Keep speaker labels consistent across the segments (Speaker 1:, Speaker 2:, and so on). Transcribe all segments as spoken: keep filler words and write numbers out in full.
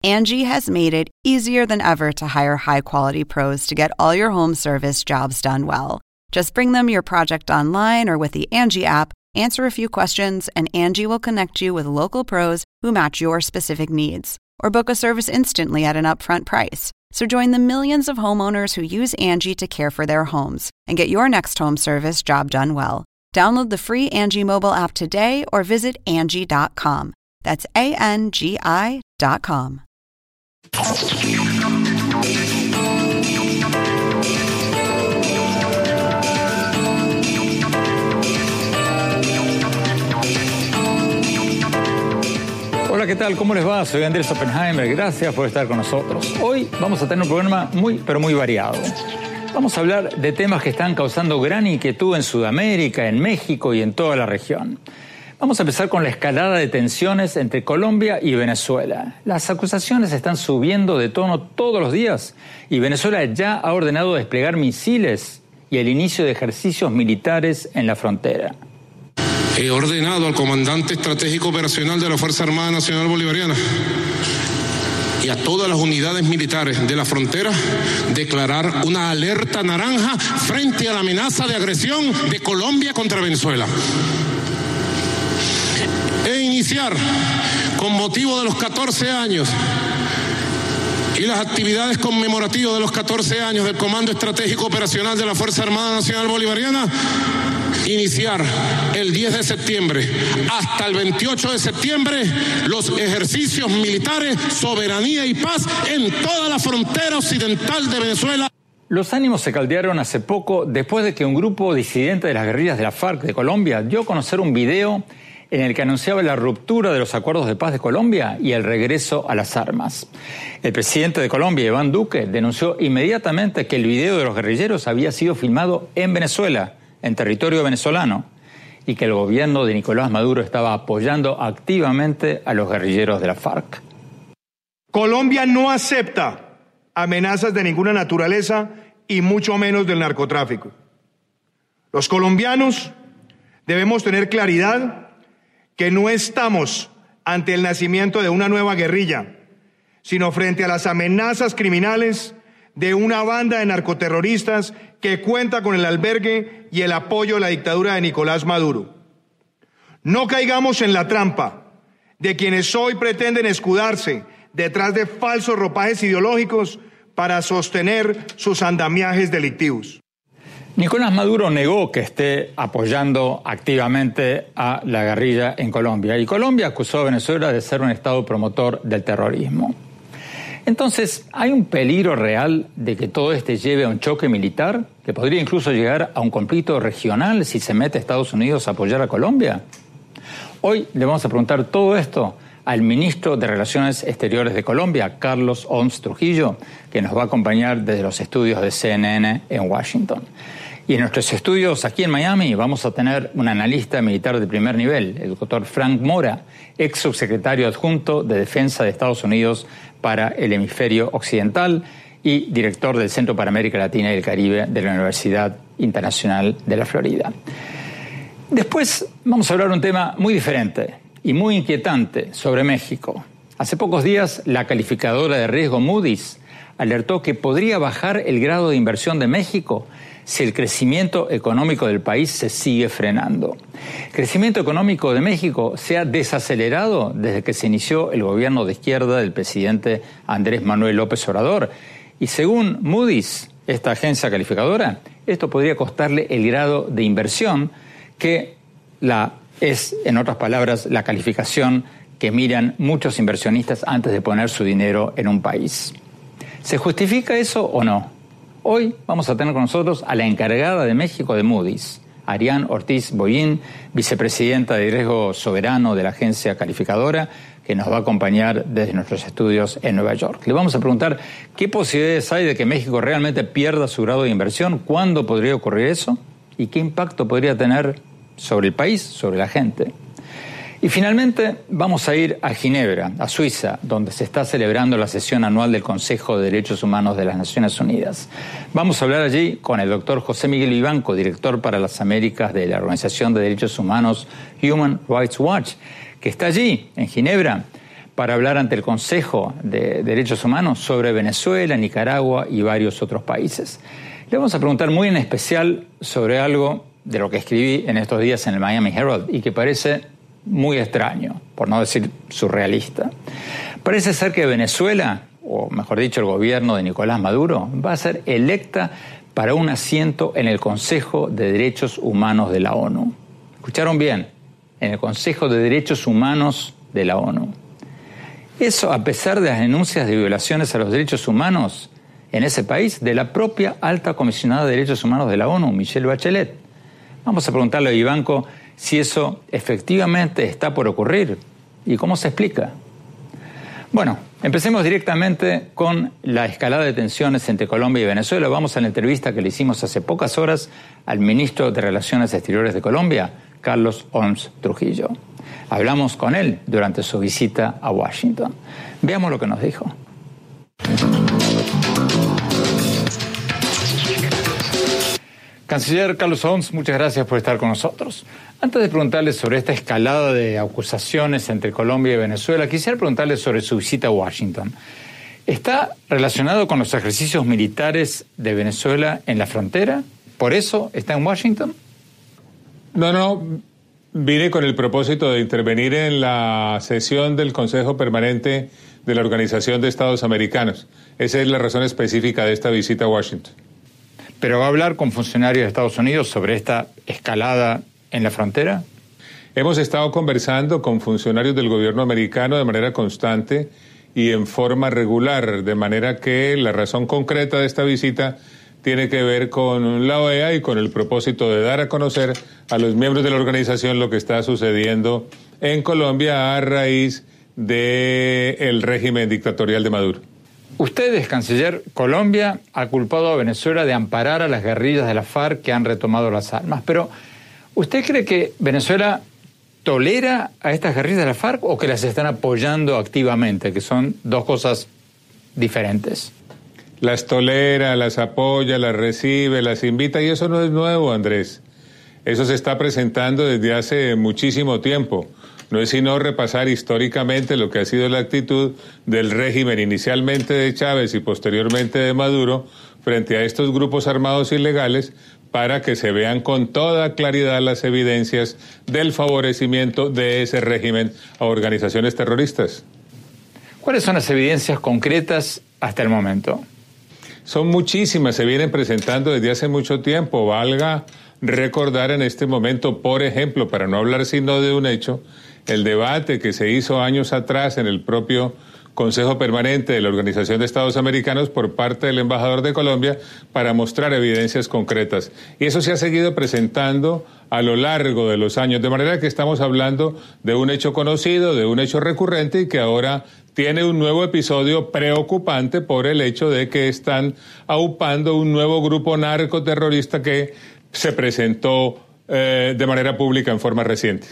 Speaker 1: Angie has made it easier than ever to hire high-quality pros to get all your home service jobs done well. Just bring them your project online or with the Angie app, answer a few questions, and Angie will connect you with local pros who match your specific needs. Or book a service instantly at an upfront price. So join the millions of homeowners who use Angie to care for their homes and get your next home service job done well. Download the free Angie mobile app today or visit Angie dot com. That's A N G I dot com.
Speaker 2: Hola, ¿qué tal? ¿Cómo les va? Soy Andrés Oppenheimer. Gracias por estar con nosotros. Hoy vamos a tener un programa muy, pero muy variado. Vamos a hablar de temas que están causando gran inquietud en Sudamérica, en México y en toda la región. Vamos a empezar con la escalada de tensiones entre Colombia y Venezuela. Las acusaciones están subiendo de tono todos los días y Venezuela ya ha ordenado desplegar misiles y el inicio de ejercicios militares en la frontera.
Speaker 3: He ordenado al comandante estratégico operacional de la Fuerza Armada Nacional Bolivariana y a todas las unidades militares de la frontera declarar una alerta naranja frente a la amenaza de agresión de Colombia contra Venezuela. E iniciar, con motivo de los catorce años y las actividades conmemorativas de los catorce años del Comando Estratégico Operacional de la Fuerza Armada Nacional Bolivariana, iniciar el diez de septiembre hasta el veintiocho de septiembre los ejercicios militares, soberanía y paz en toda la frontera occidental de Venezuela.
Speaker 2: Los ánimos se caldearon hace poco después de que un grupo disidente de las guerrillas de la FARC de Colombia dio a conocer un video en el que anunciaba la ruptura de los acuerdos de paz de Colombia y el regreso a las armas. El presidente de Colombia, Iván Duque, denunció inmediatamente que el video de los guerrilleros había sido filmado en Venezuela, en territorio venezolano, y que el gobierno de Nicolás Maduro estaba apoyando activamente a los guerrilleros de la FARC.
Speaker 4: Colombia no acepta amenazas de ninguna naturaleza y mucho menos del narcotráfico. Los colombianos debemos tener claridad que no estamos ante el nacimiento de una nueva guerrilla, sino frente a las amenazas criminales de una banda de narcoterroristas que cuenta con el albergue y el apoyo de la dictadura de Nicolás Maduro. No caigamos en la trampa de quienes hoy pretenden escudarse detrás de falsos ropajes ideológicos para sostener sus andamiajes delictivos.
Speaker 2: Nicolás Maduro negó que esté apoyando activamente a la guerrilla en Colombia, y Colombia acusó a Venezuela de ser un estado promotor del terrorismo. Entonces, ¿hay un peligro real de que todo este lleve a un choque militar, que podría incluso llegar a un conflicto regional si se mete Estados Unidos a apoyar a Colombia? Hoy le vamos a preguntar todo esto al ministro de Relaciones Exteriores de Colombia, Carlos Homs Trujillo, que nos va a acompañar desde los estudios de C N N en Washington. Y en nuestros estudios aquí en Miami vamos a tener un analista militar de primer nivel, el doctor Frank Mora, ex subsecretario adjunto de Defensa de Estados Unidos para el Hemisferio Occidental y director del Centro para América Latina y el Caribe de la Universidad Internacional de la Florida. Después vamos a hablar de un tema muy diferente y muy inquietante sobre México. Hace pocos días la calificadora de riesgo Moody's alertó que podría bajar el grado de inversión de México si el crecimiento económico del país se sigue frenando. El crecimiento económico de México se ha desacelerado desde que se inició el gobierno de izquierda del presidente Andrés Manuel López Obrador. Y según Moody's, esta agencia calificadora, esto podría costarle el grado de inversión que la, es, en otras palabras, la calificación que miran muchos inversionistas antes de poner su dinero en un país. ¿Se justifica eso o no? Hoy vamos a tener con nosotros a la encargada de México de Moody's, Ariane Ortiz Boyín, vicepresidenta de riesgo soberano de la agencia calificadora, que nos va a acompañar desde nuestros estudios en Nueva York. Le vamos a preguntar qué posibilidades hay de que México realmente pierda su grado de inversión, cuándo podría ocurrir eso y qué impacto podría tener sobre el país, sobre la gente. Y finalmente vamos a ir a Ginebra, a Suiza, donde se está celebrando la sesión anual del Consejo de Derechos Humanos de las Naciones Unidas. Vamos a hablar allí con el doctor José Miguel Vivanco, director para las Américas de la Organización de Derechos Humanos Human Rights Watch, que está allí, en Ginebra, para hablar ante el Consejo de Derechos Humanos sobre Venezuela, Nicaragua y varios otros países. Le vamos a preguntar muy en especial sobre algo de lo que escribí en estos días en el Miami Herald y que parece muy extraño, por no decir surrealista. Parece ser que Venezuela, o mejor dicho el gobierno de Nicolás Maduro, va a ser electa para un asiento en el Consejo de Derechos Humanos de la ONU. ¿Escucharon bien? En el Consejo de Derechos Humanos de la ONU. Eso a pesar de las denuncias de violaciones a los derechos humanos en ese país de la propia alta comisionada de derechos humanos de la ONU, Michelle Bachelet. Vamos a preguntarle a Vivanco si eso efectivamente está por ocurrir y cómo se explica. Bueno, empecemos directamente con la escalada de tensiones entre Colombia y Venezuela. Vamos a la entrevista que le hicimos hace pocas horas al ministro de Relaciones Exteriores de Colombia, Carlos Holmes Trujillo. Hablamos con él durante su visita a Washington. Veamos lo que nos dijo. Canciller Carlos Holmes, muchas gracias por estar con nosotros. Antes de preguntarle sobre esta escalada de acusaciones entre Colombia y Venezuela, quisiera preguntarle sobre su visita a Washington. ¿Está relacionado con los ejercicios militares de Venezuela en la frontera? ¿Por eso está en Washington?
Speaker 5: No, no. Vine con el propósito de intervenir en la sesión del Consejo Permanente de la Organización de Estados Americanos. Esa es la razón específica de esta visita a Washington.
Speaker 2: ¿Pero va a hablar con funcionarios de Estados Unidos sobre esta escalada en la frontera?
Speaker 5: Hemos estado conversando con funcionarios del gobierno americano de manera constante y en forma regular, de manera que la razón concreta de esta visita tiene que ver con la O E A y con el propósito de dar a conocer a los miembros de la organización lo que está sucediendo en Colombia a raíz del régimen dictatorial de Maduro.
Speaker 2: Ustedes, canciller, Colombia ha culpado a Venezuela de amparar a las guerrillas de la FARC que han retomado las armas. Pero, ¿usted cree que Venezuela tolera a estas guerrillas de la FARC o que las están apoyando activamente, que son dos cosas diferentes?
Speaker 5: Las tolera, las apoya, las recibe, las invita, y eso no es nuevo, Andrés. Eso se está presentando desde hace muchísimo tiempo. No es sino repasar históricamente lo que ha sido la actitud del régimen inicialmente de Chávez y posteriormente de Maduro frente a estos grupos armados ilegales para que se vean con toda claridad las evidencias del favorecimiento de ese régimen a organizaciones terroristas.
Speaker 2: ¿Cuáles son las evidencias concretas hasta el momento?
Speaker 5: Son muchísimas, se vienen presentando desde hace mucho tiempo. Valga recordar en este momento, por ejemplo, para no hablar sino de un hecho, el debate que se hizo años atrás en el propio Consejo Permanente de la Organización de Estados Americanos por parte del embajador de Colombia para mostrar evidencias concretas. Y eso se ha seguido presentando a lo largo de los años, de manera que estamos hablando de un hecho conocido, de un hecho recurrente y que ahora tiene un nuevo episodio preocupante por el hecho de que están aupando un nuevo grupo narcoterrorista que se presentó eh, de manera pública en forma reciente.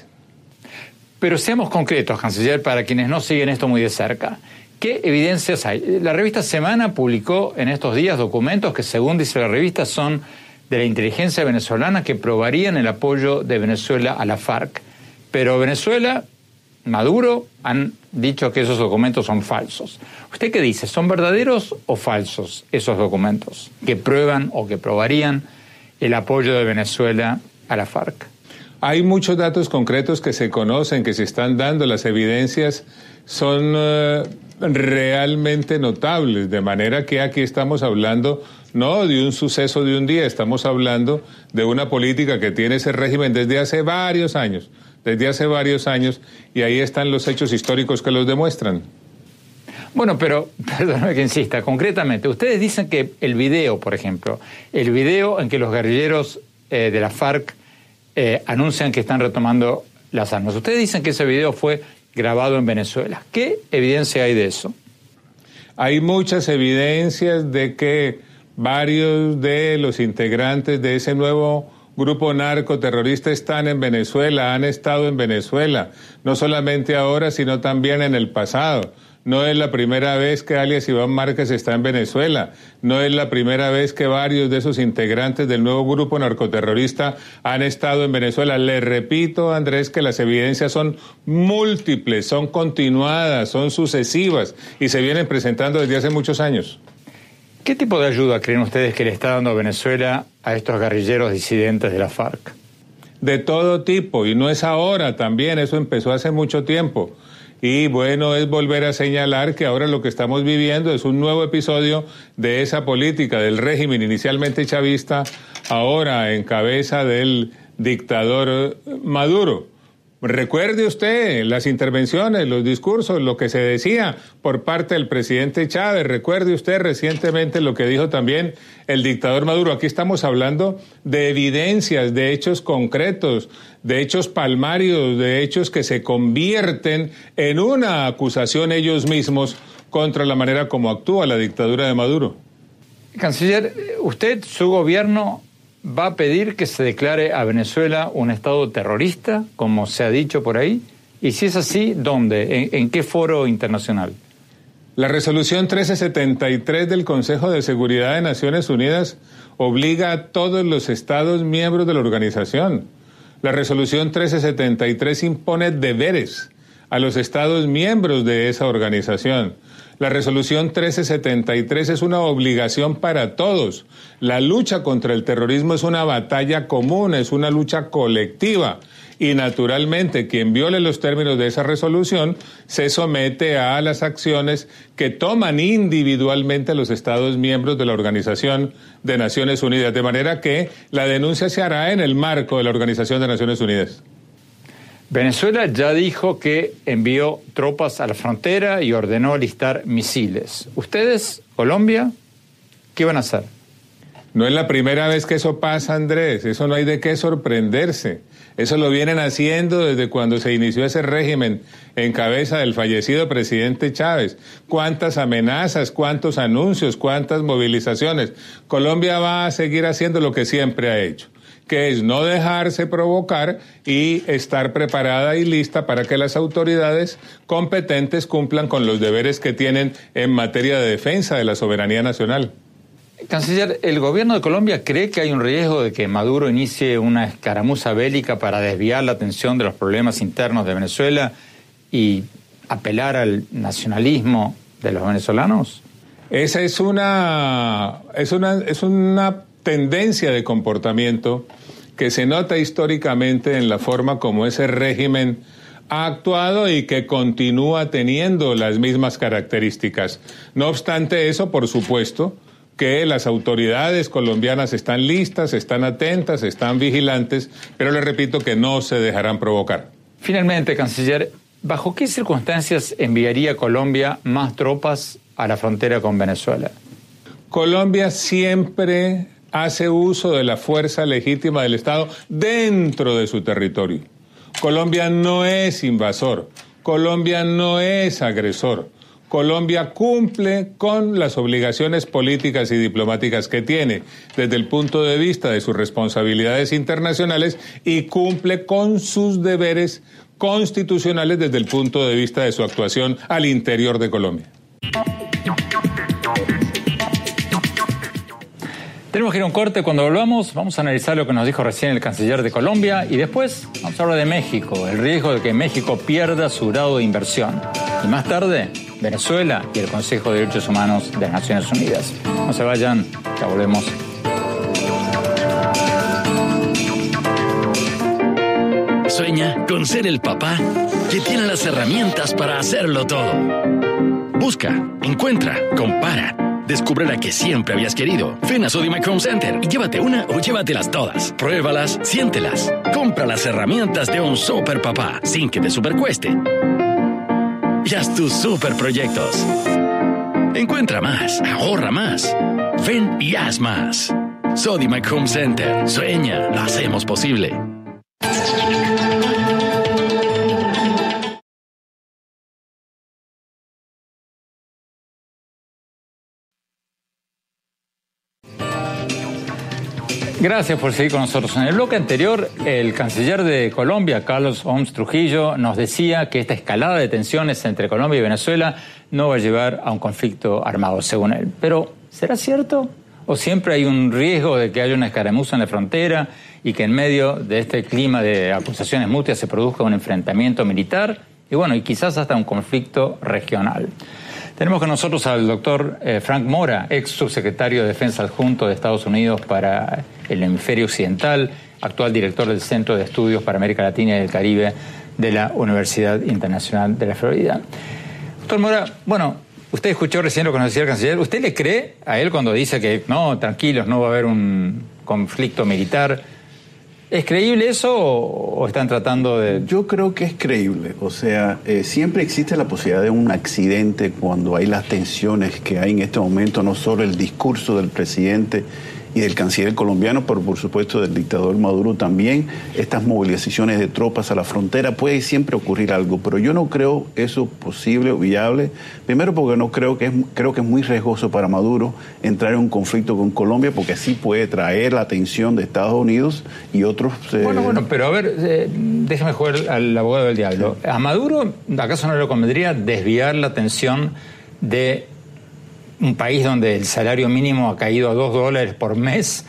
Speaker 2: Pero seamos concretos, canciller, para quienes no siguen esto muy de cerca. ¿Qué evidencias hay? La revista Semana publicó en estos días documentos que, según dice la revista, son de la inteligencia venezolana que probarían el apoyo de Venezuela a la FARC. Pero Venezuela, Maduro, han dicho que esos documentos son falsos. ¿Usted qué dice? ¿Son verdaderos o falsos esos documentos que prueban o que probarían el apoyo de Venezuela a la FARC?
Speaker 5: Hay muchos datos concretos que se conocen, que se están dando, las evidencias son uh, realmente notables, de manera que aquí estamos hablando no de un suceso de un día, estamos hablando de una política que tiene ese régimen desde hace varios años, desde hace varios años, y ahí están los hechos históricos que los demuestran.
Speaker 2: Bueno, pero, perdóname que insista, concretamente, ustedes dicen que el video, por ejemplo, el video en que los guerrilleros eh, de la FARC Eh, anuncian que están retomando las armas. Ustedes dicen que ese video fue grabado en Venezuela. ¿Qué evidencia hay de eso?
Speaker 5: Hay muchas evidencias de que varios de los integrantes de ese nuevo grupo narcoterrorista están en Venezuela, han estado en Venezuela, no solamente ahora, sino también en el pasado. No es la primera vez que alias Iván Márquez está en Venezuela. No es la primera vez que varios de esos integrantes del nuevo grupo narcoterrorista han estado en Venezuela. Le repito, Andrés, que las evidencias son múltiples, son continuadas, son sucesivas y se vienen presentando desde hace muchos años.
Speaker 2: ¿Qué tipo de ayuda creen ustedes que le está dando Venezuela a estos guerrilleros disidentes de la FARC?
Speaker 5: De todo tipo, y no es ahora también, eso empezó hace mucho tiempo. Y bueno, es volver a señalar que ahora lo que estamos viviendo es un nuevo episodio de esa política del régimen inicialmente chavista, ahora en cabeza del dictador Maduro. Recuerde usted las intervenciones, los discursos, lo que se decía por parte del presidente Chávez. Recuerde usted recientemente lo que dijo también el dictador Maduro. Aquí estamos hablando de evidencias, de hechos concretos, de hechos palmarios, de hechos que se convierten en una acusación ellos mismos contra la manera como actúa la dictadura de Maduro.
Speaker 2: Canciller, usted, su gobierno, ¿va a pedir que se declare a Venezuela un estado terrorista, como se ha dicho por ahí? Y si es así, ¿dónde? ¿En, en qué foro internacional?
Speaker 5: La resolución trece setenta y tres del Consejo de Seguridad de Naciones Unidas obliga a todos los estados miembros de la organización. La resolución trece setenta y tres impone deberes a los estados miembros de esa organización. La resolución trece setenta y tres es una obligación para todos. La lucha contra el terrorismo es una batalla común, es una lucha colectiva. Y naturalmente, quien viole los términos de esa resolución se somete a las acciones que toman individualmente los Estados miembros de la Organización de Naciones Unidas. De manera que la denuncia se hará en el marco de la Organización de Naciones Unidas.
Speaker 2: Venezuela ya dijo que envió tropas a la frontera y ordenó alistar misiles. ¿Ustedes, Colombia, qué van a hacer?
Speaker 5: No es la primera vez que eso pasa, Andrés. Eso no hay de qué sorprenderse. Eso lo vienen haciendo desde cuando se inició ese régimen en cabeza del fallecido presidente Chávez. ¿Cuántas amenazas, cuántos anuncios, cuántas movilizaciones? Colombia va a seguir haciendo lo que siempre ha hecho, que es no dejarse provocar y estar preparada y lista para que las autoridades competentes cumplan con los deberes que tienen en materia de defensa de la soberanía nacional.
Speaker 2: Canciller, ¿el gobierno de Colombia cree que hay un riesgo de que Maduro inicie una escaramuza bélica para desviar la atención de los problemas internos de Venezuela y apelar al nacionalismo de los venezolanos?
Speaker 5: Esa es una, es una, es una tendencia de comportamiento que se nota históricamente en la forma como ese régimen ha actuado y que continúa teniendo las mismas características. No obstante eso, por supuesto, que las autoridades colombianas están listas, están atentas, están vigilantes, pero les repito que no se dejarán provocar.
Speaker 2: Finalmente, Canciller, ¿bajo qué circunstancias enviaría Colombia más tropas a la frontera con Venezuela?
Speaker 5: Colombia siempre hace uso de la fuerza legítima del Estado dentro de su territorio. Colombia no es invasor, Colombia no es agresor. Colombia cumple con las obligaciones políticas y diplomáticas que tiene desde el punto de vista de sus responsabilidades internacionales y cumple con sus deberes constitucionales desde el punto de vista de su actuación al interior de Colombia.
Speaker 2: Tenemos que ir a un corte. Cuando volvamos vamos a analizar lo que nos dijo recién el canciller de Colombia y después vamos a hablar de México, el riesgo de que México pierda su grado de inversión. Y más tarde, Venezuela y el Consejo de Derechos Humanos de las Naciones Unidas. No se vayan, ya volvemos.
Speaker 6: Sueña con ser el papá que tiene las herramientas para hacerlo todo. Busca, encuentra, compara. Descubre la que siempre habías querido. Ven a Sodimac Home Center y llévate una o llévatelas todas. Pruébalas, siéntelas. Compra las herramientas de un super papá sin que te supercueste. Y haz tus super proyectos. Encuentra más, ahorra más. Ven y haz más. Sodimac Home Center. Sueña, lo hacemos posible.
Speaker 2: Gracias por seguir con nosotros. En el bloque anterior, el canciller de Colombia, Carlos Homs Trujillo, nos decía que esta escalada de tensiones entre Colombia y Venezuela no va a llevar a un conflicto armado, según él. Pero, ¿será cierto? ¿O siempre hay un riesgo de que haya una escaramuza en la frontera y que en medio de este clima de acusaciones mutuas se produzca un enfrentamiento militar y, bueno, y quizás hasta un conflicto regional? Tenemos con nosotros al doctor eh, Frank Mora, ex subsecretario de Defensa adjunto de Estados Unidos para el hemisferio occidental, actual director del Centro de Estudios para América Latina y el Caribe de la Universidad Internacional de la Florida. Doctor Mora, bueno, usted escuchó recién lo que nos decía el canciller. ¿Usted le cree a él cuando dice que no, tranquilos, no va a haber un conflicto militar? ¿Es creíble eso o, o están tratando de...?
Speaker 7: Yo creo que es creíble. O sea, eh, siempre existe la posibilidad de un accidente cuando hay las tensiones que hay en este momento, no solo el discurso del presidente y del canciller colombiano, pero por supuesto del dictador Maduro también, estas movilizaciones de tropas a la frontera, puede siempre ocurrir algo, pero yo no creo eso posible o viable, primero porque no creo que es, creo que es muy riesgoso para Maduro entrar en un conflicto con Colombia, porque así puede traer la atención de Estados Unidos y otros... Eh...
Speaker 2: Bueno, bueno, pero a ver, eh, déjeme jugar al abogado del diablo. A Maduro, ¿acaso no le convendría desviar la atención de un país donde el salario mínimo ha caído a dos dólares por mes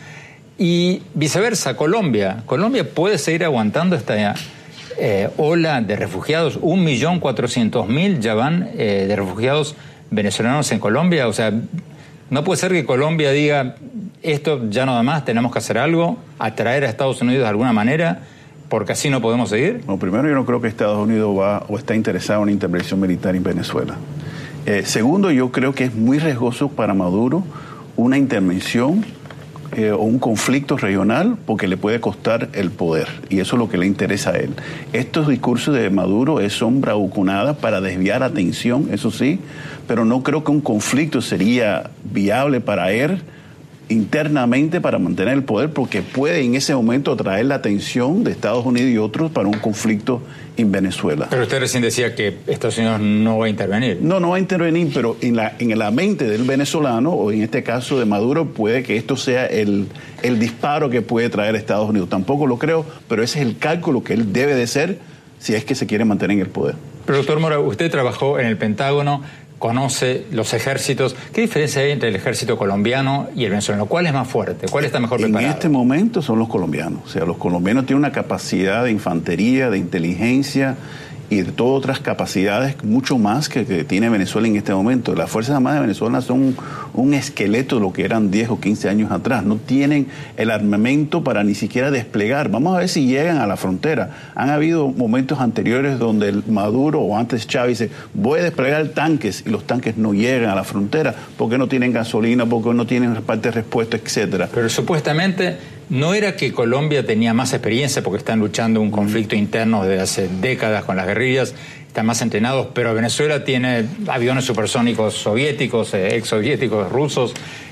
Speaker 2: y viceversa, Colombia? Colombia puede seguir aguantando esta eh, ola de refugiados. Un millón cuatrocientos mil ya van eh, de refugiados venezolanos en Colombia. O sea, no puede ser que Colombia diga esto ya nada más, tenemos que hacer algo, atraer a Estados Unidos de alguna manera, porque así no podemos seguir.
Speaker 7: Bueno, primero, yo no creo que Estados Unidos va o está interesado en una intervención militar en Venezuela. Eh, segundo, yo creo que es muy riesgoso para Maduro una intervención eh, o un conflicto regional porque le puede costar el poder y eso es lo que le interesa a él. Estos discursos de Maduro es sombra bravuconada para desviar atención, eso sí, pero no creo que un conflicto sería viable para él internamente para mantener el poder porque puede en ese momento atraer la atención de Estados Unidos y otros para un conflicto en Venezuela.
Speaker 2: Pero usted recién decía que Estados Unidos no va a intervenir.
Speaker 7: No, no va a intervenir, pero en la, en la mente del venezolano, o en este caso de Maduro, puede que esto sea el, el disparo que puede traer a Estados Unidos. Tampoco lo creo, pero ese es el cálculo que él debe de ser si es que se quiere mantener en el poder.
Speaker 2: Pero doctor Mora, usted trabajó en el Pentágono, conoce los ejércitos. ¿Qué diferencia hay entre el ejército colombiano y el venezolano? ¿Cuál es más fuerte? ¿Cuál está mejor preparado?
Speaker 7: En este momento son los colombianos. O sea, los colombianos tienen una capacidad de infantería, de inteligencia y de todas otras capacidades mucho más que, que tiene Venezuela en este momento. Las Fuerzas Armadas de Venezuela son un, un esqueleto de lo que eran diez o quince años atrás. No tienen el armamento para ni siquiera desplegar. Vamos a ver si llegan a la frontera. Han habido momentos anteriores donde el Maduro o antes Chávez dice, voy a desplegar tanques, y los tanques no llegan a la frontera porque no tienen gasolina, porque no tienen parte de respuesta, etcétera.
Speaker 2: Pero supuestamente no era que Colombia tenía más experiencia porque están luchando un conflicto interno desde hace décadas con las guerrillas, están más entrenados, pero Venezuela tiene aviones supersónicos soviéticos, eh, exsoviéticos, rusos,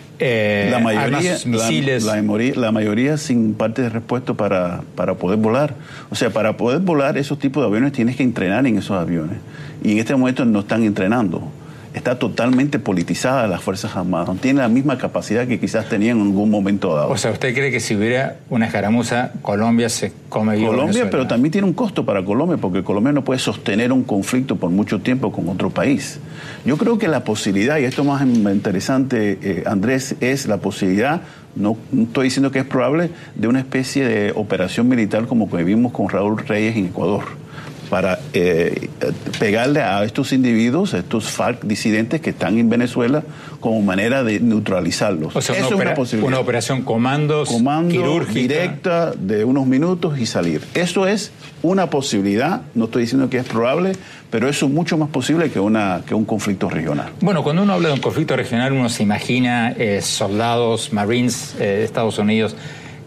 Speaker 2: eh,
Speaker 7: la mayoría,
Speaker 2: armas, misiles.
Speaker 7: La, la, la mayoría sin parte de respuesta para, para poder volar. O sea, para poder volar esos tipos de aviones tienes que entrenar en esos aviones. Y en este momento no están entrenando. Está totalmente politizada las Fuerzas Armadas. No tiene la misma capacidad que quizás tenían en algún momento dado.
Speaker 2: O sea, ¿usted cree que si hubiera una escaramuza, Colombia se come vivo
Speaker 7: Colombia,
Speaker 2: Venezuela?
Speaker 7: Pero también tiene un costo para Colombia, porque Colombia no puede sostener un conflicto por mucho tiempo con otro país. Yo creo que la posibilidad, y esto más interesante, eh, Andrés, es la posibilidad, no, no estoy diciendo que es probable, de una especie de operación militar como que vimos con Raúl Reyes en Ecuador, para eh, pegarle a estos individuos, a estos FARC disidentes que están en Venezuela, como manera de neutralizarlos.
Speaker 2: O sea,
Speaker 7: Eso
Speaker 2: una,
Speaker 7: es
Speaker 2: opera,
Speaker 7: una posibilidad.
Speaker 2: Una operación comandos,
Speaker 7: Comando
Speaker 2: quirúrgica,
Speaker 7: directa de unos minutos y salir. Eso es una posibilidad, no estoy diciendo que es probable, pero eso es mucho más posible que, una, que un conflicto regional.
Speaker 2: Bueno, cuando uno habla de un conflicto regional, uno se imagina eh, soldados, marines eh, de Estados Unidos.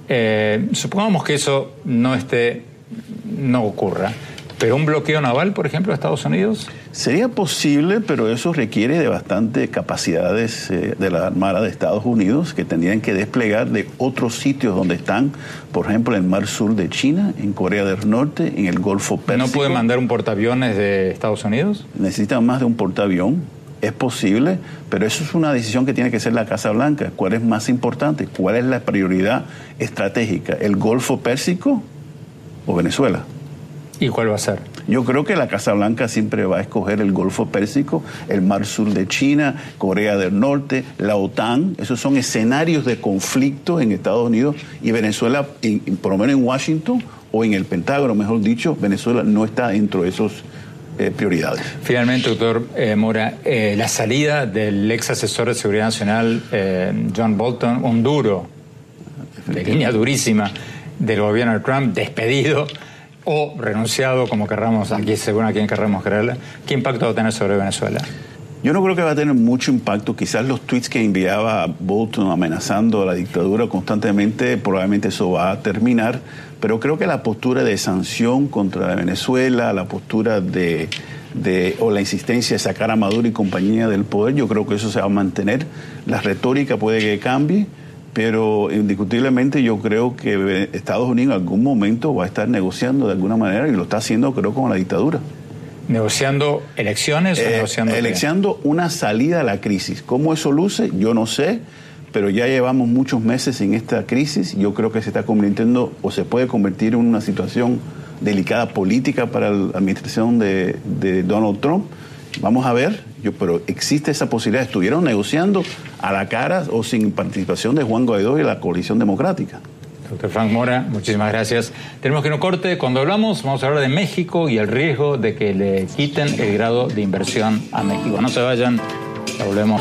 Speaker 2: Eh, supongamos que eso no esté, no ocurra. ¿Pero un bloqueo naval, por ejemplo, de Estados Unidos?
Speaker 7: Sería posible, pero eso requiere de bastante capacidades eh, de la Armada de Estados Unidos que tendrían que desplegar de otros sitios donde están, por ejemplo, en el Mar Sur de China, en Corea del Norte, en el Golfo Pérsico.
Speaker 2: ¿No puede mandar un portaaviones de Estados Unidos?
Speaker 7: Necesitan más de un portaavión. Es posible, pero eso es una decisión que tiene que ser la Casa Blanca. ¿Cuál es más importante? ¿Cuál es la prioridad estratégica? ¿El Golfo Pérsico o Venezuela?
Speaker 2: ¿Y cuál va a ser?
Speaker 7: Yo creo que la Casa Blanca siempre va a escoger el Golfo Pérsico, el Mar Sur de China, Corea del Norte, la OTAN. Esos son escenarios de conflicto en Estados Unidos y Venezuela, en, por lo menos en Washington o en el Pentágono, mejor dicho, Venezuela no está dentro de esos eh, prioridades.
Speaker 2: Finalmente, doctor eh, Mora, eh, la salida del ex asesor de Seguridad Nacional, eh, John Bolton, un duro, de línea durísima del gobierno de Trump, despedido o renunciado, como querramos, aquí según a quien querramos creerle, ¿qué impacto va a tener sobre Venezuela?
Speaker 7: Yo no creo que va a tener mucho impacto. Quizás los tweets que enviaba Bolton amenazando a la dictadura constantemente, probablemente eso va a terminar, pero creo que la postura de sanción contra Venezuela, la postura de, de o la insistencia de sacar a Maduro y compañía del poder, yo creo que eso se va a mantener. La retórica puede que cambie, pero indiscutiblemente yo creo que Estados Unidos en algún momento va a estar negociando de alguna manera, y lo está haciendo, creo, con la dictadura.
Speaker 2: ¿Negociando elecciones o
Speaker 7: eh,
Speaker 2: negociando
Speaker 7: Negociando una salida a la crisis. ¿Cómo eso luce? Yo no sé, pero ya llevamos muchos meses en esta crisis. Yo creo que se está convirtiendo o se puede convertir en una situación delicada política para la administración de, de Donald Trump. Vamos a ver, yo, pero existe esa posibilidad. Estuvieron negociando a la cara o sin participación de Juan Guaidó y la coalición democrática.
Speaker 2: Doctor Frank Mora, muchísimas gracias. Tenemos que no corte. Cuando hablamos, vamos a hablar de México y el riesgo de que le quiten el grado de inversión a México. No se vayan, ya volvemos.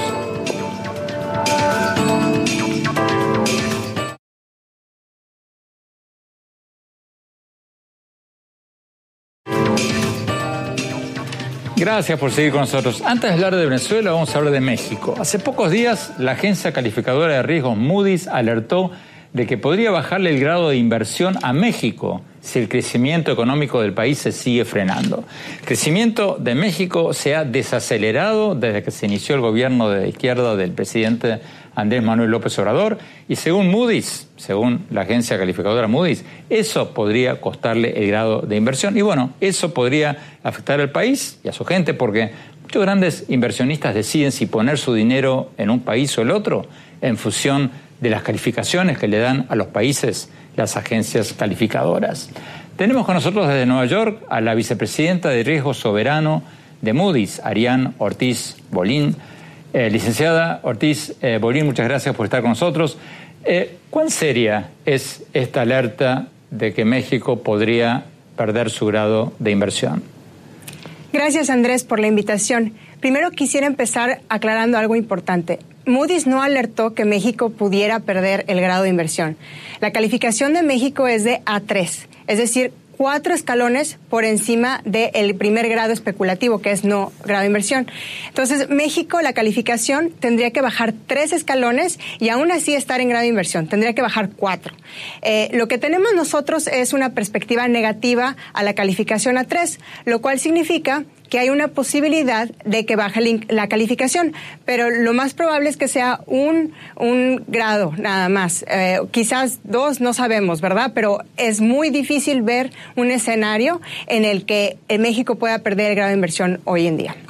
Speaker 2: Gracias por seguir con nosotros. Antes de hablar de Venezuela, vamos a hablar de México. Hace pocos días, la agencia calificadora de riesgos Moody's alertó de que podría bajarle el grado de inversión a México si el crecimiento económico del país se sigue frenando. El crecimiento de México se ha desacelerado desde que se inició el gobierno de izquierda del presidente Andrés Manuel López Obrador, y según Moody's, según la agencia calificadora Moody's, eso podría costarle el grado de inversión. Y bueno, eso podría afectar al país y a su gente, porque muchos grandes inversionistas deciden si poner su dinero en un país o el otro en función de las calificaciones que le dan a los países las agencias calificadoras. Tenemos con nosotros desde Nueva York a la vicepresidenta de Riesgo Soberano de Moody's, Ariane Ortiz Bolín. Eh, licenciada Ortiz eh, Bolín, muchas gracias por estar con nosotros. Eh, ¿Cuán seria es esta alerta de que México podría perder su grado de inversión?
Speaker 8: Gracias, Andrés, por la invitación. Primero quisiera empezar aclarando algo importante. Moody's no alertó que México pudiera perder el grado de inversión. La calificación de México es de A tres, es decir, cuatro escalones por encima del primer grado especulativo, que es no grado de inversión. Entonces, México, la calificación tendría que bajar tres escalones y aún así estar en grado de inversión. Tendría que bajar cuatro. Eh, lo que tenemos nosotros es una perspectiva negativa a la calificación A tres, lo cual significa que hay una posibilidad de que baje la calificación, pero lo más probable es que sea un, un grado nada más. Eh, quizás dos, no sabemos, ¿verdad? Pero es muy difícil ver un escenario en el que México pueda perder el grado de inversión hoy en día.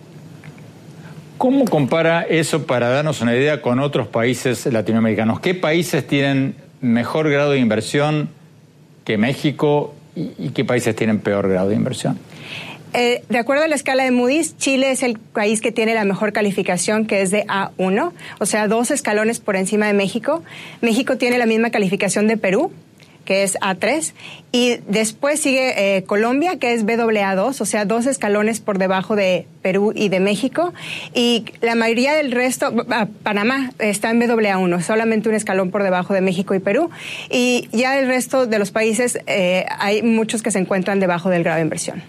Speaker 2: ¿Cómo compara eso, para darnos una idea, con otros países latinoamericanos? ¿Qué países tienen mejor grado de inversión que México y, y qué países tienen peor grado de inversión?
Speaker 8: Eh, de acuerdo a la escala de Moody's, Chile es el país que tiene la mejor calificación, que es de A uno, o sea, dos escalones por encima de México. México tiene la misma calificación de Perú, que es A tres, y después sigue eh, Colombia, que es B A A dos, o sea, dos escalones por debajo de Perú y de México, y la mayoría del resto, ah, Panamá está en B A A uno, solamente un escalón por debajo de México y Perú, y ya el resto de los países, eh, hay muchos que se encuentran debajo del grado de inversión.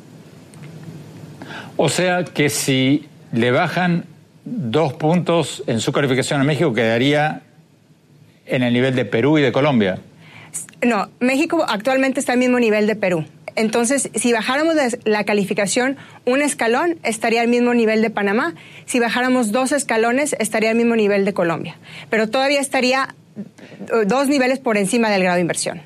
Speaker 2: O sea que si le bajan dos puntos en su calificación a México, quedaría en el nivel de Perú y de Colombia.
Speaker 8: No, México actualmente está al mismo nivel de Perú. Entonces, si bajáramos la calificación un escalón, estaría al mismo nivel de Panamá. Si bajáramos dos escalones, estaría al mismo nivel de Colombia. Pero todavía estaría dos niveles por encima del grado de inversión.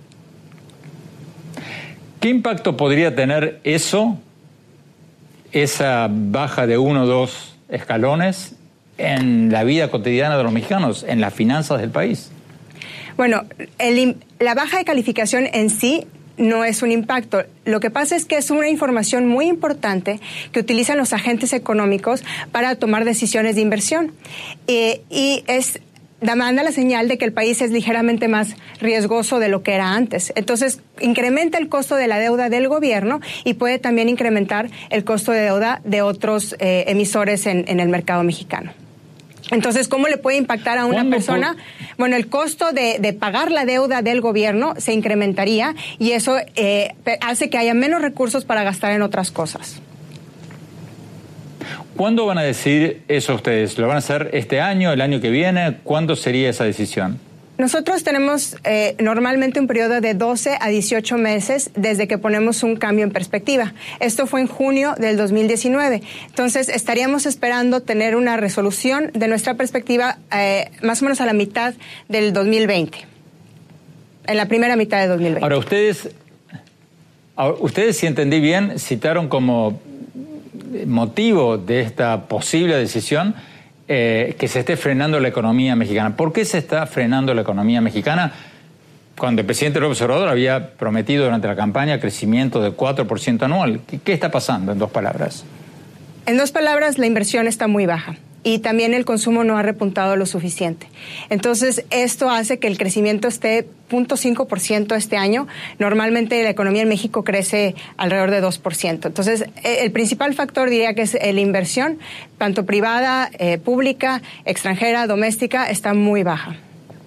Speaker 2: ¿Qué impacto podría tener eso, esa baja de uno o dos escalones, en la vida cotidiana de los mexicanos, en las finanzas del país?
Speaker 8: Bueno, el, la baja de calificación en sí no es un impacto. Lo que pasa es que es una información muy importante que utilizan los agentes económicos para tomar decisiones de inversión. Eh, y es... manda la señal de que el país es ligeramente más riesgoso de lo que era antes. Entonces, incrementa el costo de la deuda del gobierno y puede también incrementar el costo de deuda de otros eh, emisores en, en el mercado mexicano. Entonces, ¿cómo le puede impactar a una persona? Por... Bueno, el costo de, de pagar la deuda del gobierno se incrementaría y eso eh, hace que haya menos recursos para gastar en otras cosas.
Speaker 2: ¿Cuándo van a decidir eso ustedes? ¿Lo van a hacer este año, el año que viene? ¿Cuándo sería esa decisión?
Speaker 8: Nosotros tenemos eh, normalmente un periodo de doce a dieciocho meses desde que ponemos un cambio en perspectiva. Esto fue en junio del dos mil diecinueve. Entonces, estaríamos esperando tener una resolución de nuestra perspectiva eh, más o menos a la mitad del dos mil veinte. En la primera mitad de dos mil veinte.
Speaker 2: Ahora, ustedes, ahora, ustedes, si entendí bien, citaron como motivo de esta posible decisión eh, que se esté frenando la economía mexicana. ¿Por qué se está frenando la economía mexicana cuando el presidente López Obrador había prometido durante la campaña crecimiento de cuatro por ciento anual? ¿Qué, qué está pasando, en dos palabras?
Speaker 8: En dos palabras, la inversión está muy baja. Y también el consumo no ha repuntado lo suficiente. Entonces, esto hace que el crecimiento esté cero punto cinco por ciento este año. Normalmente la economía en México crece alrededor de dos por ciento. Entonces, el principal factor diría que es la inversión, tanto privada, eh, pública, extranjera, doméstica, está muy baja.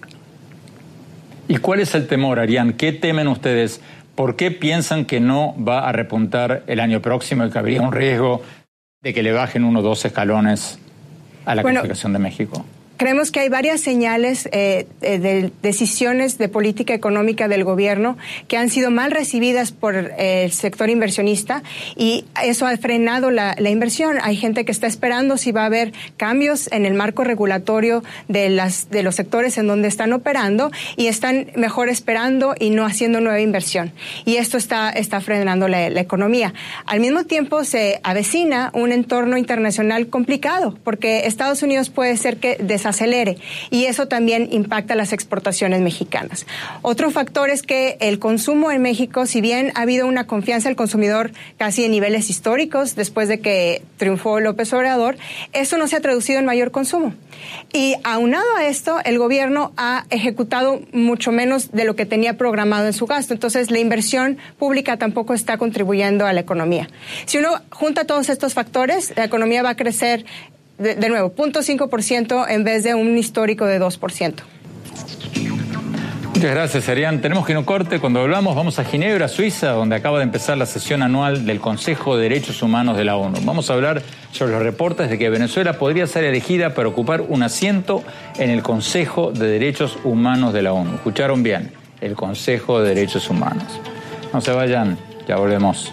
Speaker 2: ¿Y cuál es el temor, Arián? ¿Qué temen ustedes? ¿Por qué piensan que no va a repuntar el año próximo y que habría un riesgo de que le bajen uno o dos escalones a la
Speaker 8: bueno,
Speaker 2: calificación de México?
Speaker 8: Creemos que hay varias señales eh, de decisiones de política económica del gobierno que han sido mal recibidas por eh, el sector inversionista y eso ha frenado la, la inversión. Hay gente que está esperando si va a haber cambios en el marco regulatorio de, las, de los sectores en donde están operando y están mejor esperando y no haciendo nueva inversión. Y esto está, está frenando la, la economía. Al mismo tiempo se avecina un entorno internacional complicado porque Estados Unidos puede ser que desacelere y eso también impacta las exportaciones mexicanas. Otro factor es que el consumo en México, si bien ha habido una confianza del consumidor casi en niveles históricos después de que triunfó López Obrador, eso no se ha traducido en mayor consumo. Y aunado a esto, el gobierno ha ejecutado mucho menos de lo que tenía programado en su gasto. Entonces, la inversión pública tampoco está contribuyendo a la economía. Si uno junta todos estos factores, la economía va a crecer De, de nuevo, cero punto cinco por ciento en vez de un histórico de dos por ciento.
Speaker 2: Muchas gracias, Arián. Tenemos que ir a un corte. Cuando volvamos, vamos a Ginebra, Suiza, donde acaba de empezar la sesión anual del Consejo de Derechos Humanos de la ONU. Vamos a hablar sobre los reportes de que Venezuela podría ser elegida para ocupar un asiento en el Consejo de Derechos Humanos de la ONU. ¿Escucharon bien? El Consejo de Derechos Humanos. No se vayan, ya volvemos.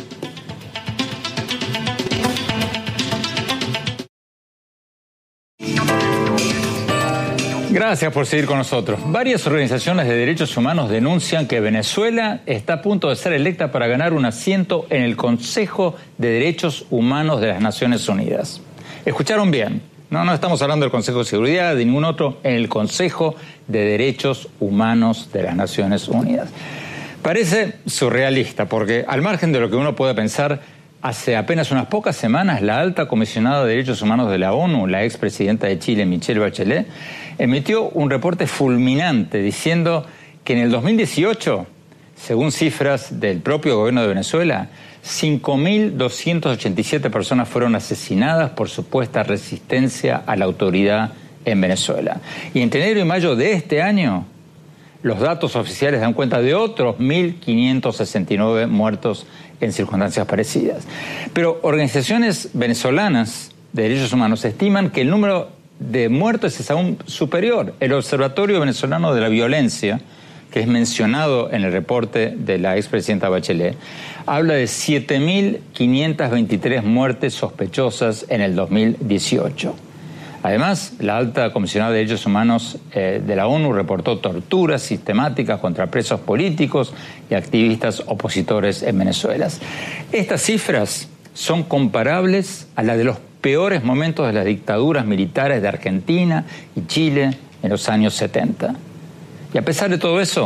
Speaker 2: Gracias por seguir con nosotros. Varias organizaciones de derechos humanos denuncian que Venezuela está a punto de ser electa para ganar un asiento en el Consejo de Derechos Humanos de las Naciones Unidas. ¿Escucharon bien? No, no estamos hablando del Consejo de Seguridad, de ningún otro, en el Consejo de Derechos Humanos de las Naciones Unidas. Parece surrealista porque, al margen de lo que uno pueda pensar, hace apenas unas pocas semanas, la alta comisionada de Derechos Humanos de la ONU, la expresidenta de Chile, Michelle Bachelet, emitió un reporte fulminante diciendo que en el dos mil dieciocho, según cifras del propio gobierno de Venezuela, cinco mil doscientas ochenta y siete personas fueron asesinadas por supuesta resistencia a la autoridad en Venezuela. Y entre enero y mayo de este año, los datos oficiales dan cuenta de otros mil quinientos sesenta y nueve muertos en circunstancias parecidas. Pero organizaciones venezolanas de derechos humanos estiman que el número de muertos es aún superior. El Observatorio Venezolano de la Violencia, que es mencionado en el reporte de la expresidenta Bachelet, habla de siete mil quinientas veintitrés muertes sospechosas en el dos mil dieciocho. Además, la alta comisionada de Derechos Humanos eh, de la ONU reportó torturas sistemáticas contra presos políticos y activistas opositores en Venezuela. Estas cifras son comparables a las de los peores momentos de las dictaduras militares de Argentina y Chile en los años setenta. Y a pesar de todo eso,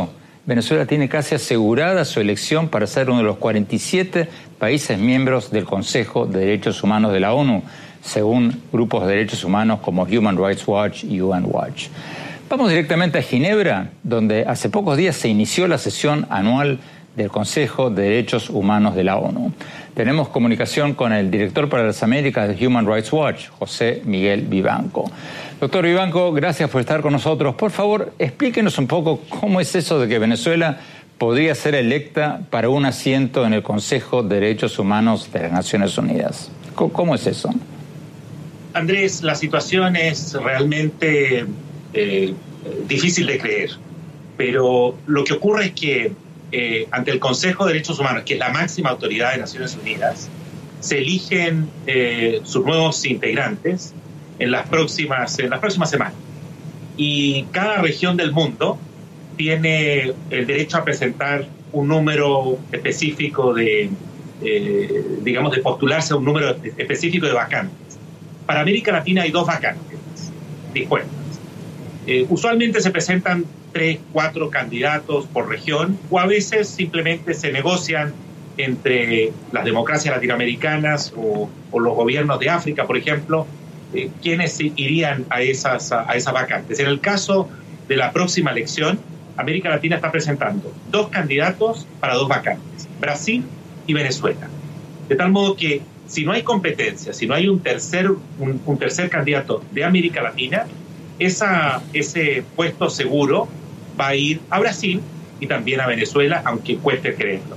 Speaker 2: Venezuela tiene casi asegurada su elección para ser uno de los cuarenta y siete países miembros del Consejo de Derechos Humanos de la ONU, según grupos de derechos humanos como Human Rights Watch y U N Watch. Vamos directamente a Ginebra, donde hace pocos días se inició la sesión anual del Consejo de Derechos Humanos de la ONU. Tenemos comunicación con el director para las Américas de Human Rights Watch, José Miguel Vivanco. Doctor Vivanco, gracias por estar con nosotros. Por favor, explíquenos un poco cómo es eso de que Venezuela podría ser electa para un asiento en el Consejo de Derechos Humanos de las Naciones Unidas. ¿Cómo es eso?
Speaker 9: Andrés, la situación es realmente eh, difícil de creer, pero lo que ocurre es que eh, ante el Consejo de Derechos Humanos, que es la máxima autoridad de Naciones Unidas, se eligen eh, sus nuevos integrantes en las próximas, en las próximas semanas. Y cada región del mundo tiene el derecho a presentar un número específico de, eh, digamos, de postularse a un número específico de vacantes. Para América Latina hay dos vacantes dispuestas. Eh, usualmente se presentan tres, cuatro candidatos por región, o a veces simplemente se negocian entre las democracias latinoamericanas o, o los gobiernos de África, por ejemplo, eh, quienes irían a esas, a, a esas vacantes. En el caso de la próxima elección, América Latina está presentando dos candidatos para dos vacantes, Brasil y Venezuela. De tal modo que si no hay competencia, si no hay un tercer, un, un tercer candidato de América Latina, esa, ese puesto seguro va a ir a Brasil y también a Venezuela, aunque cueste creerlo.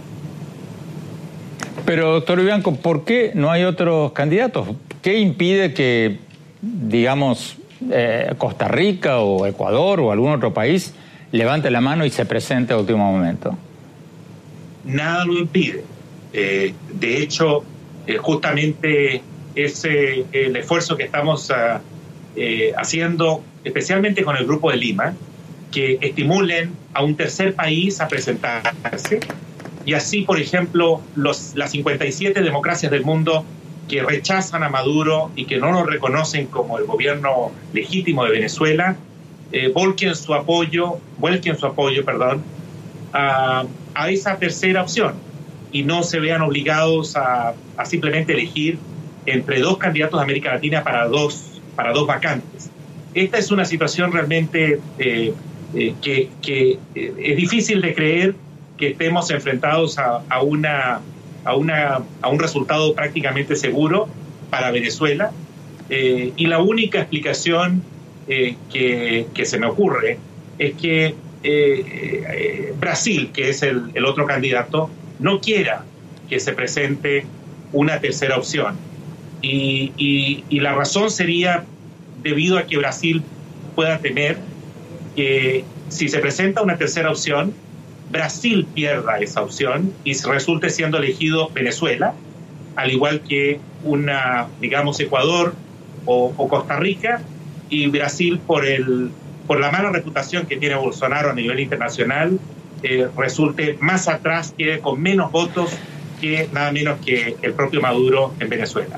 Speaker 2: Pero, doctor Vivanco, ¿por qué no hay otros candidatos? ¿Qué impide que, digamos, eh, Costa Rica o Ecuador o algún otro país levante la mano y se presente a último momento?
Speaker 9: Nada lo impide. Eh, de hecho, eh, justamente ese el esfuerzo que estamos uh, eh, haciendo, especialmente con el Grupo de Lima, que estimulen a un tercer país a presentarse. Y así, por ejemplo, los, las cincuenta y siete democracias del mundo que rechazan a Maduro y que no lo reconocen como el gobierno legítimo de Venezuela, eh, volquen su apoyo, vuelquen su apoyo, perdón, a, a esa tercera opción y no se vean obligados a, a simplemente elegir entre dos candidatos de América Latina para dos, para dos vacantes. Esta es una situación realmente eh, eh, que, que eh, es difícil de creer que estemos enfrentados a, a, una, a, una, a un resultado prácticamente seguro para Venezuela. Eh, y la única explicación eh, que, que se me ocurre es que eh, eh, Brasil, que es el, el otro candidato, no quiera que se presente una tercera opción. Y, y, y la razón sería debido a que Brasil pueda temer que si se presenta una tercera opción, Brasil pierda esa opción y resulte siendo elegido Venezuela, al igual que una, digamos, Ecuador o, o Costa Rica, y Brasil, por el por la mala reputación que tiene Bolsonaro a nivel internacional, eh, resulte más atrás, quede con menos votos que nada menos que el propio Maduro en Venezuela.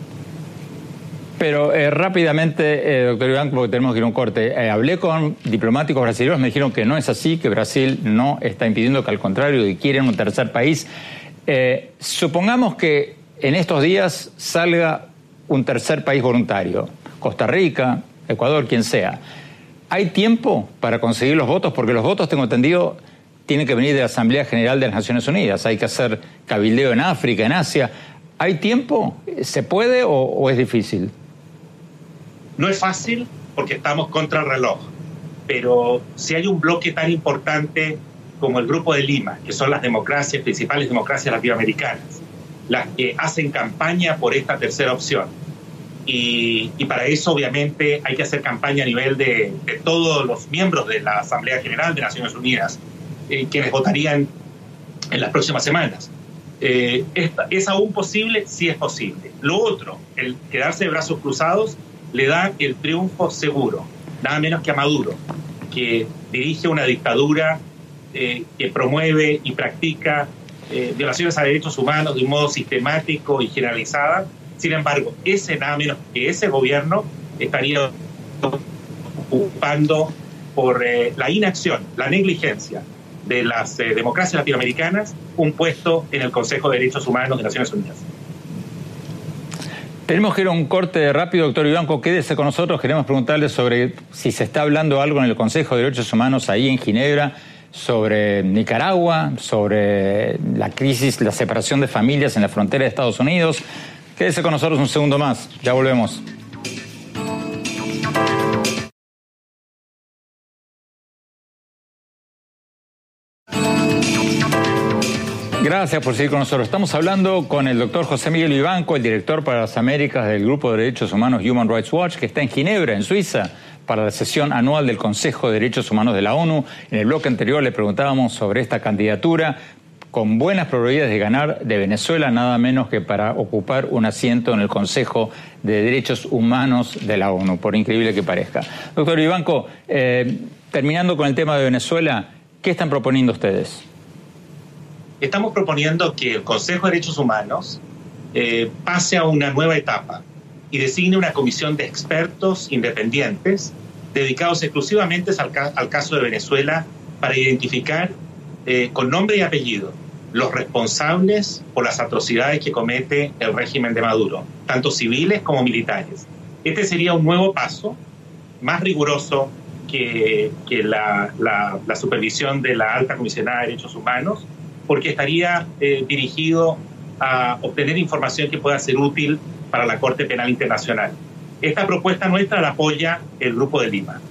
Speaker 2: Pero eh, rápidamente, eh, doctor Vivanco, porque tenemos que ir a un corte. Eh, hablé con diplomáticos brasileños, me dijeron que no es así, que Brasil no está impidiendo, que al contrario, que quieren un tercer país. Eh, supongamos que en estos días salga un tercer país voluntario, Costa Rica, Ecuador, quien sea. ¿Hay tiempo para conseguir los votos? Porque los votos, tengo entendido, tienen que venir de la Asamblea General de las Naciones Unidas. Hay que hacer cabildeo en África, en Asia. ¿Hay tiempo? ¿Se puede o, o es difícil?
Speaker 9: No es fácil porque estamos contra el reloj, pero si hay un bloque tan importante como el Grupo de Lima, que son las democracias, principales democracias latinoamericanas, las que hacen campaña por esta tercera opción, y, y para eso obviamente hay que hacer campaña a nivel de, de todos los miembros de la Asamblea General de Naciones Unidas, eh, quienes votarían en las próximas semanas. Eh, ¿es, ¿Es aún posible? Sí es posible. Lo otro, el quedarse de brazos cruzados, le da el triunfo seguro, nada menos que a Maduro, que dirige una dictadura eh, que promueve y practica eh, violaciones a derechos humanos de un modo sistemático y generalizada. Sin embargo, ese nada menos que ese gobierno estaría ocupando por eh, la inacción, la negligencia de las eh, democracias latinoamericanas un puesto en el Consejo de Derechos Humanos de Naciones Unidas.
Speaker 2: Tenemos que ir a un corte rápido, doctor Vivanco, quédese con nosotros. Queremos preguntarle sobre si se está hablando algo en el Consejo de Derechos Humanos ahí en Ginebra, sobre Nicaragua, sobre la crisis, la separación de familias en la frontera de Estados Unidos. Quédese con nosotros un segundo más, ya volvemos. Gracias por seguir con nosotros. Estamos hablando con el doctor José Miguel Vivanco, el director para las Américas del Grupo de Derechos Humanos Human Rights Watch, que está en Ginebra, en Suiza, para la sesión anual del Consejo de Derechos Humanos de la ONU. En el bloque anterior le preguntábamos sobre esta candidatura con buenas probabilidades de ganar de Venezuela, nada menos que para ocupar un asiento en el Consejo de Derechos Humanos de la ONU, por increíble que parezca. Doctor Vivanco, eh, terminando con el tema de Venezuela, ¿qué están proponiendo ustedes?
Speaker 9: Estamos proponiendo que el Consejo de Derechos Humanos eh, pase a una nueva etapa y designe una comisión de expertos independientes dedicados exclusivamente al, ca al caso de Venezuela para identificar eh, con nombre y apellido los responsables por las atrocidades que comete el régimen de Maduro, tanto civiles como militares. Este sería un nuevo paso, más riguroso que, que la, la, la supervisión de la Alta Comisionada de Derechos Humanos, porque estaría eh, dirigido a obtener información que pueda ser útil para la Corte Penal Internacional. Esta propuesta nuestra la apoya el Grupo de Lima.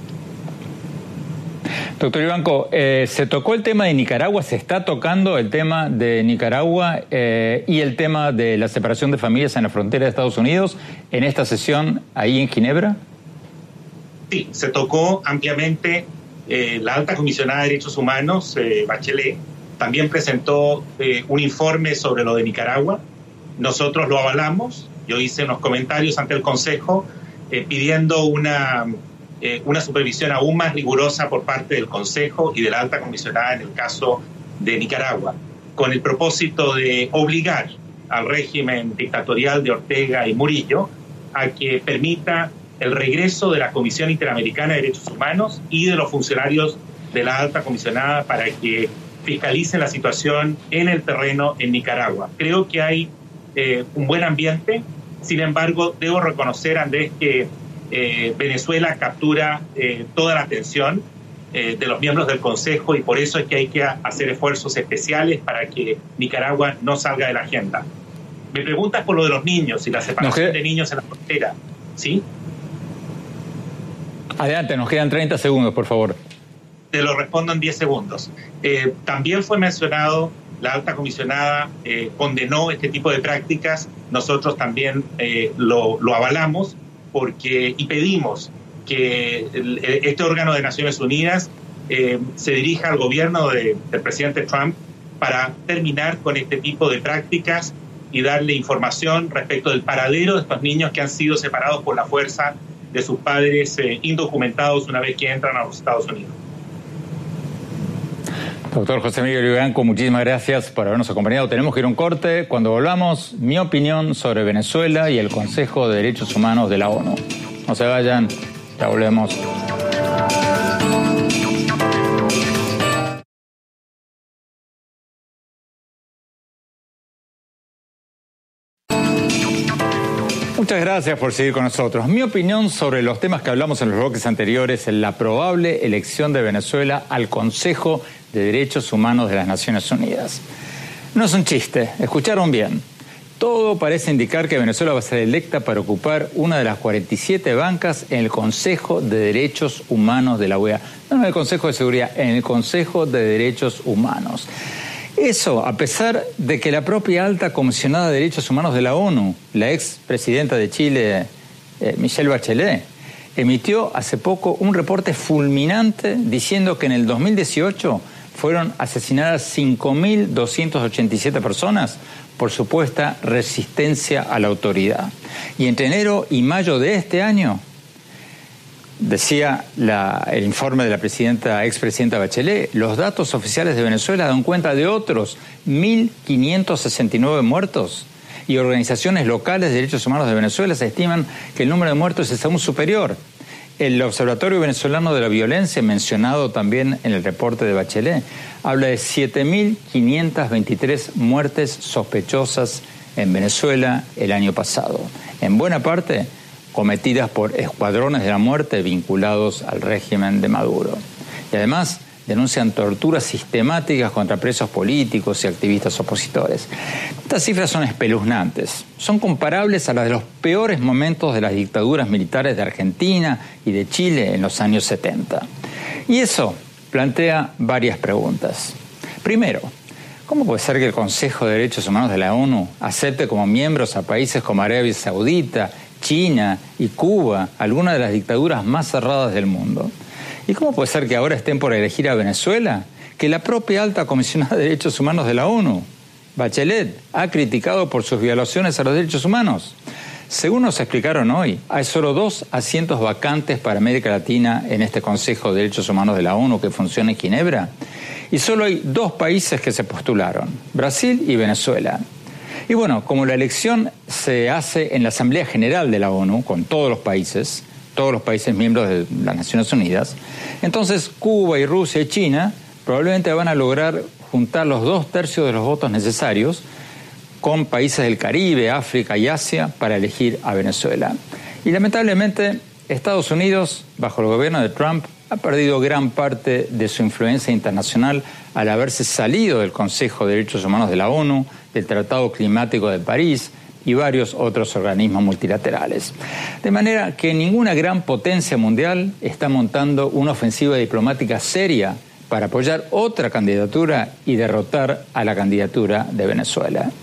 Speaker 2: Doctor Vivanco, eh, se tocó el tema de Nicaragua, se está tocando el tema de Nicaragua eh, y el tema de la separación de familias en la frontera de Estados Unidos en esta sesión ahí en Ginebra.
Speaker 9: Sí, se tocó ampliamente. Eh, la Alta Comisionada de Derechos Humanos, eh, Bachelet, también presentó eh, un informe sobre lo de Nicaragua. Nosotros lo avalamos. Yo hice unos comentarios ante el Consejo eh, pidiendo una, eh, una supervisión aún más rigurosa por parte del Consejo y de la Alta Comisionada en el caso de Nicaragua, con el propósito de obligar al régimen dictatorial de Ortega y Murillo a que permita el regreso de la Comisión Interamericana de Derechos Humanos y de los funcionarios de la Alta Comisionada para que fiscalicen la situación en el terreno en Nicaragua. Creo que hay eh, un buen ambiente. Sin embargo, debo reconocer, Andrés, que eh, Venezuela captura eh, toda la atención eh, de los miembros del Consejo y por eso es que hay que hacer esfuerzos especiales para que Nicaragua no salga de la agenda. Me preguntas por lo de los niños y la separación
Speaker 2: no,
Speaker 9: de niños en la frontera, ¿sí?
Speaker 2: Adelante, nos quedan treinta segundos, por favor.
Speaker 9: Te lo respondo en diez segundos. Eh, también fue mencionado, la Alta Comisionada eh, condenó este tipo de prácticas, nosotros también eh, lo, lo avalamos porque, y pedimos que el, este órgano de Naciones Unidas eh, se dirija al gobierno de, del presidente Trump para terminar con este tipo de prácticas y darle información respecto del paradero de estos niños que han sido separados por la fuerza de sus padres eh, indocumentados una vez que entran a los Estados Unidos.
Speaker 2: Doctor José Miguel Vivanco, muchísimas gracias por habernos acompañado. Tenemos que ir a un corte. Cuando volvamos, mi opinión sobre Venezuela y el Consejo de Derechos Humanos de la ONU. No se vayan, ya volvemos. Muchas gracias por seguir con nosotros. Mi opinión sobre los temas que hablamos en los bloques anteriores es la probable elección de Venezuela al Consejo de Derechos Humanos de las Naciones Unidas. No es un chiste, escucharon bien. Todo parece indicar que Venezuela va a ser electa para ocupar una de las cuarenta y siete bancas en el Consejo de Derechos Humanos de la O E A. No en el Consejo de Seguridad, en el Consejo de Derechos Humanos. Eso, a pesar de que la propia Alta Comisionada de Derechos Humanos de la ONU, la ex presidenta de Chile, eh, Michelle Bachelet, emitió hace poco un reporte fulminante diciendo que en el dos mil dieciocho fueron asesinadas cinco mil doscientas ochenta y siete personas por supuesta resistencia a la autoridad. Y entre enero y mayo de este año, decía la, el informe de la presidenta, expresidenta Bachelet, los datos oficiales de Venezuela dan cuenta de otros mil quinientos sesenta y nueve muertos y organizaciones locales de derechos humanos de Venezuela se estiman que el número de muertos es aún superior. el Observatorio Venezolano de la Violencia, mencionado también en el reporte de Bachelet, habla de siete mil quinientas veintitrés muertes sospechosas en Venezuela el año pasado, en buena parte cometidas por escuadrones de la muerte vinculados al régimen de Maduro. Y además denuncian torturas sistemáticas contra presos políticos y activistas opositores. Estas cifras son espeluznantes. Son comparables a las de los peores momentos de las dictaduras militares de Argentina y de Chile en los años setenta. Y eso plantea varias preguntas. Primero, ¿cómo puede ser que el Consejo de Derechos Humanos de la ONU acepte como miembros a países como Arabia Saudita, China y Cuba, algunas de las dictaduras más cerradas del mundo? ¿Y cómo puede ser que ahora estén por elegir a Venezuela, que la propia alta comisionada de Derechos Humanos de la ONU, Bachelet, ha criticado por sus violaciones a los derechos humanos? Según nos explicaron hoy, hay solo dos asientos vacantes para América Latina en este Consejo de Derechos Humanos de la ONU que funciona en Ginebra, y solo hay dos países que se postularon, Brasil y Venezuela. Y bueno, como la elección se hace en la Asamblea General de la ONU, con todos los países, todos los países miembros de las Naciones Unidas, entonces Cuba y Rusia y China probablemente van a lograr juntar los dos tercios de los votos necesarios con países del Caribe, África y Asia para elegir a Venezuela. Y lamentablemente Estados Unidos, bajo el gobierno de Trump, ha perdido gran parte de su influencia internacional al haberse salido del Consejo de Derechos Humanos de la ONU, del Tratado Climático de París y varios otros organismos multilaterales. De manera que ninguna gran potencia mundial está montando una ofensiva diplomática seria para apoyar otra candidatura y derrotar a la candidatura de Venezuela.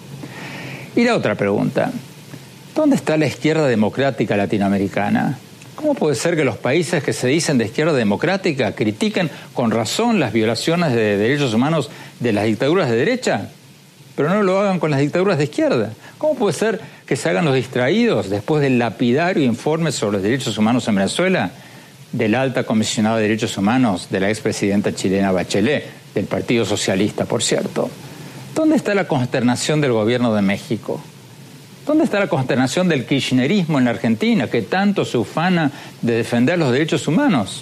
Speaker 2: Y la otra pregunta, ¿dónde está la izquierda democrática latinoamericana? ¿Cómo puede ser que los países que se dicen de izquierda democrática critiquen con razón las violaciones de derechos humanos de las dictaduras de derecha, pero no lo hagan con las dictaduras de izquierda? ¿Cómo puede ser que se hagan los distraídos después del lapidario informe sobre los derechos humanos en Venezuela de la alta comisionada de derechos humanos de la expresidenta chilena Bachelet, del Partido Socialista, por cierto? ¿Dónde está la consternación del gobierno de México? ¿Dónde está la consternación del kirchnerismo en la Argentina, que tanto se ufana de defender los derechos humanos?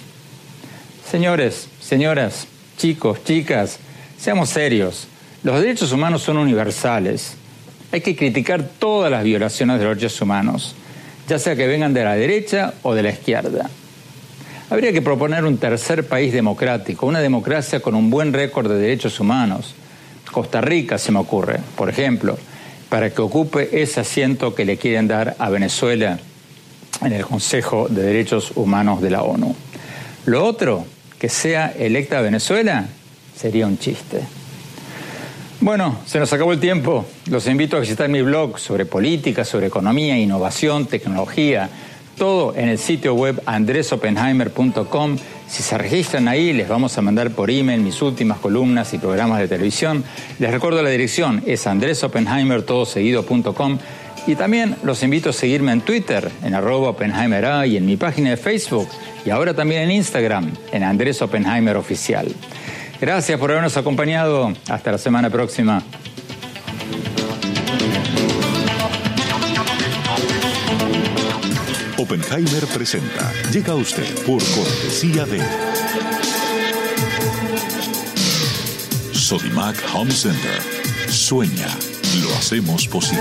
Speaker 2: Señores, señoras, chicos, chicas, seamos serios. Los derechos humanos son universales. Hay que criticar todas las violaciones de los derechos humanos, ya sea que vengan de la derecha o de la izquierda. Habría que proponer un tercer país democrático, una democracia con un buen récord de derechos humanos. Costa Rica, se me ocurre, por ejemplo, para que ocupe ese asiento que le quieren dar a Venezuela en el Consejo de Derechos Humanos de la ONU. Lo otro, que sea electa Venezuela, sería un chiste. Bueno, se nos acabó el tiempo. Los invito a visitar mi blog sobre política, sobre economía, innovación, tecnología, todo en el sitio web andres oppenheimer punto com. Si se registran ahí, les vamos a mandar por email mis últimas columnas y programas de televisión. Les recuerdo la dirección, es andres oppenheimer todo seguido punto com. Y también los invito a seguirme en Twitter, en arroba oppenheimera, y en mi página de Facebook, y ahora también en Instagram, en Andrés Oppenheimer Oficial. Gracias por habernos acompañado. Hasta la semana próxima.
Speaker 10: Oppenheimer presenta. Llega a usted por cortesía de Sodimac Home Center. Sueña, lo hacemos posible.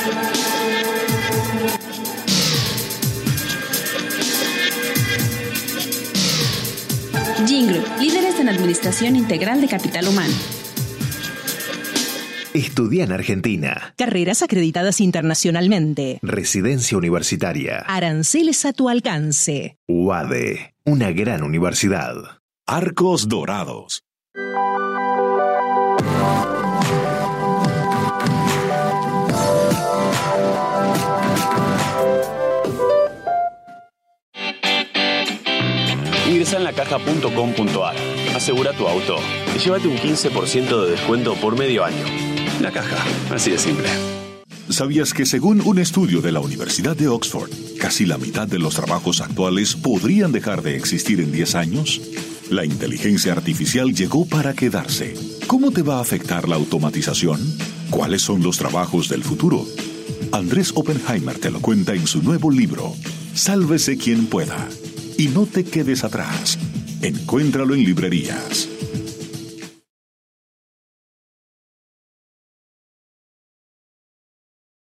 Speaker 11: Jingle, líderes en administración integral de capital humano.
Speaker 12: Estudia en Argentina.
Speaker 13: Carreras acreditadas internacionalmente.
Speaker 12: Residencia universitaria.
Speaker 13: Aranceles a tu alcance.
Speaker 12: U A D E, una gran universidad.
Speaker 10: Arcos Dorados.
Speaker 14: Ingresa en la caja punto com punto a r, asegura tu auto y llévate un quince por ciento de descuento por medio año. La Caja, así de simple.
Speaker 10: ¿Sabías que según un estudio de la Universidad de Oxford, casi la mitad de los trabajos actuales podrían dejar de existir en diez años? La inteligencia artificial llegó para quedarse. ¿Cómo te va a afectar la automatización? ¿Cuáles son los trabajos del futuro? Andrés Oppenheimer te lo cuenta en su nuevo libro, Sálvese quien pueda. y no te quedes atrás. Encuéntralo en librerías.